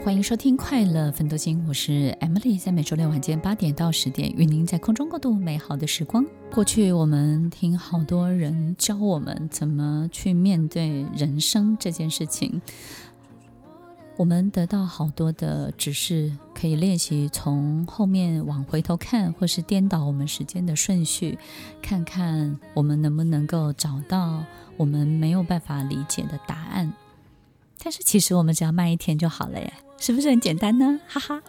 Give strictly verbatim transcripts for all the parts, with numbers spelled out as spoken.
欢迎收听快乐奋斗经，我是 Emily， 在每周六晚间八点到十点，与您在空中共度美好的时光。过去我们听好多人教我们怎么去面对人生这件事情，我们得到好多的指示，可以练习从后面往回头看，或是颠倒我们时间的顺序，看看我们能不能够找到我们没有办法理解的答案。但是其实我们只要慢一天就好了耶，是不是很简单呢？哈哈。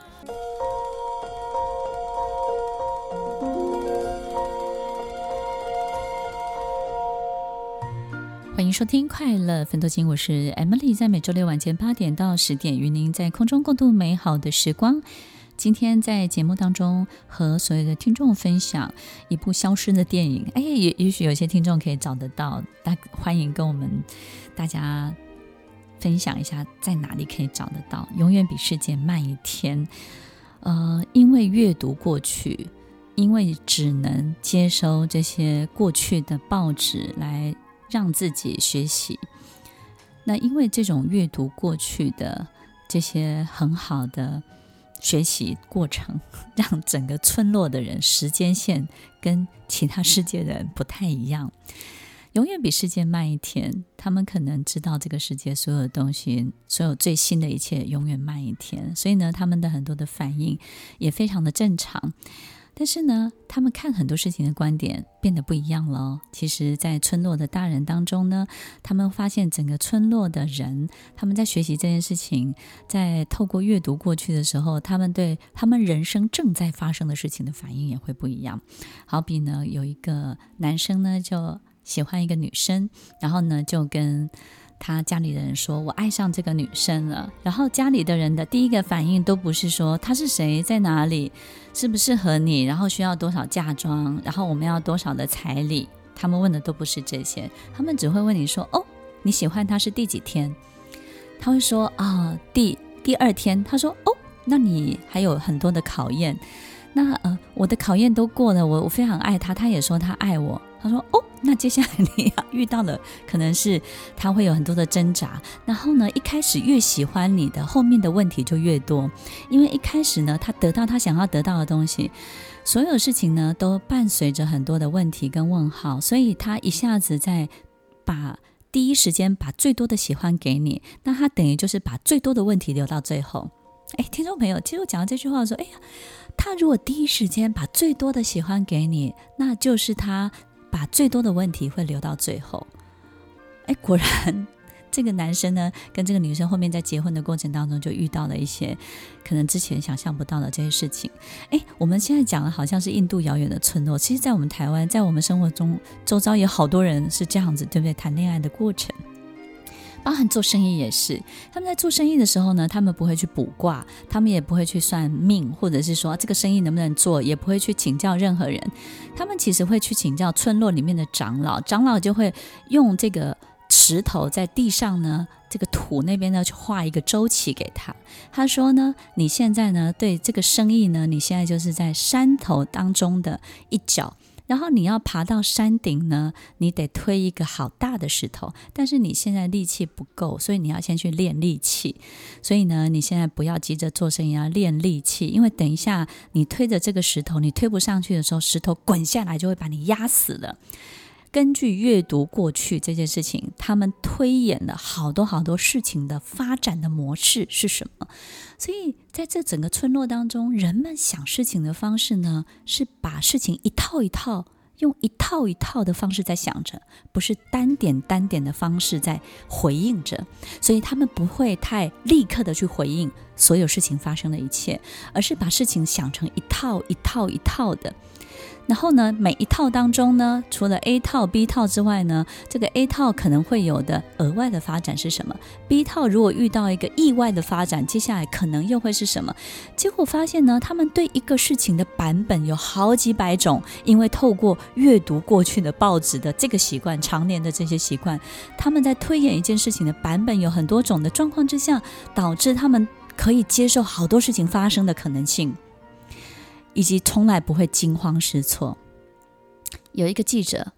欢迎收听快乐奋斗经，我是 Emily， 在每周六晚间八点到十点，与您在空中共度美好的时光。今天在节目当中和所有的听众分享一部消失的电影，哎，也也许有些听众可以找得到，大欢迎跟我们大家分享一下在哪里可以找得到。永远比世界慢一天。呃，因为阅读过去，因为只能接收这些过去的报纸来让自己学习，那因为这种阅读过去的这些很好的学习过程，让整个村落的人时间线跟其他世界的人不太一样。永远比世界慢一天，他们可能知道这个世界所有的东西，所有最新的一切永远慢一天，所以呢，他们的很多的反应也非常的正常。但是呢，他们看很多事情的观点变得不一样了。其实在村落的大人当中呢，他们发现整个村落的人，他们在学习这件事情，在透过阅读过去的时候，他们对他们人生正在发生的事情的反应也会不一样。好比呢，有一个男生呢就喜欢一个女生，然后呢就跟他家里的人说，我爱上这个女生了。然后家里的人的第一个反应都不是说她是谁，在哪里，适不适合你，然后需要多少嫁妆，然后我们要多少的彩礼，他们问的都不是这些，他们只会问你说，哦，你喜欢他是第几天？他会说啊，第第二天。他说，哦，那你还有很多的考验。那呃，我的考验都过了，我我非常爱他，他也说他爱我。他说，哦，那接下来你要遇到的可能是他会有很多的挣扎，然后呢，一开始越喜欢你的，后面的问题就越多，因为一开始呢，他得到他想要得到的东西，所有事情呢都伴随着很多的问题跟问号，所以他一下子在把第一时间把最多的喜欢给你，那他等于就是把最多的问题留到最后。哎，听众朋友，其实我讲到这句话的时候，哎呀，他如果第一时间把最多的喜欢给你，那就是他把最多的问题会留到最后。哎，果然这个男生呢跟这个女生后面在结婚的过程当中就遇到了一些可能之前想象不到的这些事情。哎，我们现在讲的好像是印度遥远的村落，其实在我们台湾，在我们生活中周遭有好多人是这样子，对不对？谈恋爱的过程，包含做生意也是，他们在做生意的时候呢，他们不会去卜卦，他们也不会去算命，或者是说这个生意能不能做，也不会去请教任何人。他们其实会去请教村落里面的长老，长老就会用这个石头在地上呢，这个土那边呢去画一个周期给他。他说呢，你现在呢对这个生意呢，你现在就是在山头当中的一角，然后你要爬到山顶呢，你得推一个好大的石头，但是你现在力气不够，所以你要先去练力气。所以呢，你现在不要急着做生意，要练力气，因为等一下你推着这个石头，你推不上去的时候，石头滚下来就会把你压死了。根据阅读过去这件事情，他们推演了好多好多事情的发展的模式是什么。所以在这整个村落当中，人们想事情的方式呢，是把事情一套一套，用一套一套的方式在想着，不是单点单点的方式在回应着。所以他们不会太立刻的去回应所有事情发生的一切，而是把事情想成一套一套一套的。然后呢，每一套当中呢，除了 A 套 B 套之外呢，这个 A 套可能会有的额外的发展是什么？ B 套如果遇到一个意外的发展，接下来可能又会是什么？结果发现呢，他们对一个事情的版本有好几百种，因为透过阅读过去的报纸的这个习惯，常年的这些习惯，他们在推演一件事情的版本有很多种的状况之下，导致他们可以接受好多事情发生的可能性，以及从来不会惊慌失措。有一个记者，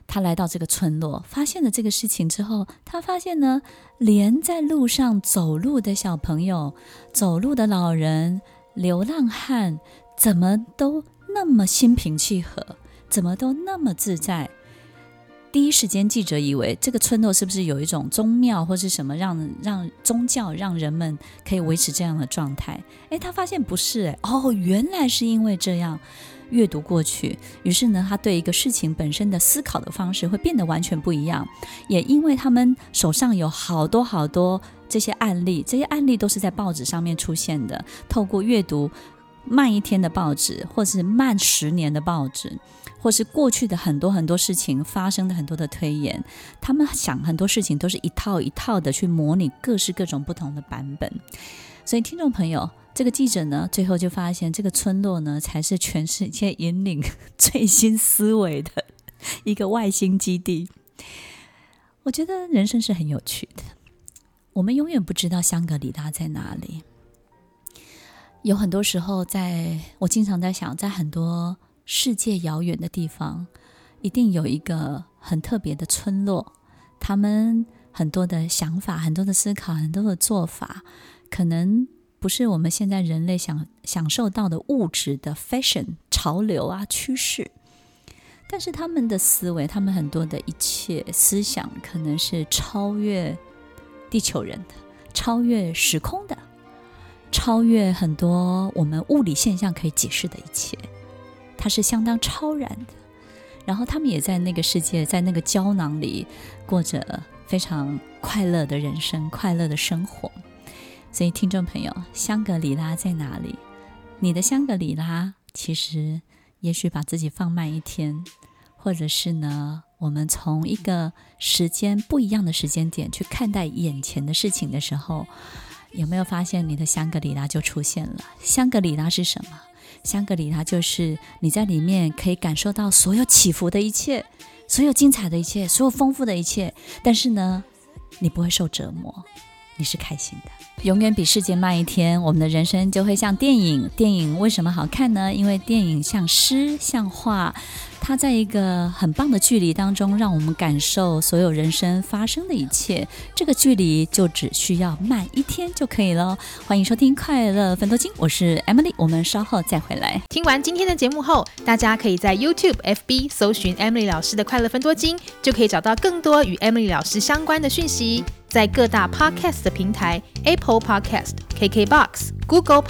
他来到这个村落，发现了这个事情之后，他发现呢，连在路上走路的小朋友、走路的老人、流浪汉，怎么都那么心平气和，怎么都那么自在。第一时间记者以为这个村落是不是有一种宗庙或是什么让让宗教让人们可以维持这样的状态。诶，他发现不是，诶哦，原来是因为这样阅读过去，于是呢他对一个事情本身的思考的方式会变得完全不一样。也因为他们手上有好多好多这些案例，这些案例都是在报纸上面出现的，透过阅读慢一天的报纸，或是慢十年的报纸，或是过去的很多很多事情发生的很多的推演，他们想很多事情都是一套一套的去模拟各式各种不同的版本。所以听众朋友，这个记者呢最后就发现这个村落呢才是全世界引领最新思维的一个外星基地。我觉得人生是很有趣的，我们永远不知道香格里拉在哪里。有很多时候在我经常在想，在很多世界遥远的地方一定有一个很特别的村落，他们很多的想法、很多的思考、很多的做法，可能不是我们现在人类想享受到的物质的 fashion 潮流啊趋势，但是他们的思维，他们很多的一切思想可能是超越地球人的，超越时空的，超越很多我们物理现象可以解释的一切，它是相当超然的。然后他们也在那个世界，在那个胶囊里过着非常快乐的人生，快乐的生活。所以听众朋友，香格里拉在哪里？你的香格里拉其实也许把自己放慢一天，或者是呢，我们从一个时间不一样的时间点去看待眼前的事情的时候，有没有发现你的香格里拉就出现了？香格里拉是什么？香格里拉就是你在里面可以感受到所有起伏的一切，所有精彩的一切，所有丰富的一切，但是呢，你不会受折磨，你是开心的。永远比世界慢一天，我们的人生就会像电影。电影为什么好看呢？因为电影像诗像画，它在一个很棒的距离当中让我们感受所有人生发生的一切，这个距离就只需要慢一天就可以了。欢迎收听快乐分多金，我是 Emily， 我们稍后再回来。 听完今天的节目后，大家可以在 YouTube、F B 搜寻 Emily 老师的快乐分多金，就可以找到更多与 Emily 老师相关的讯息。在各大 Podcast 的平台 Apple Podcast、K K B O X、Google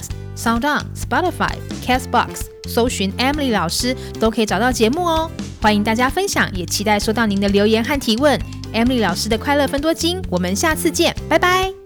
Podcast、SoundOn、Spotify、Castbox 搜寻 Emily 老师都可以找到节目哦。欢迎大家分享，也期待收到您的留言和提问。Emily 老师的快乐分多金，我们下次见，拜拜。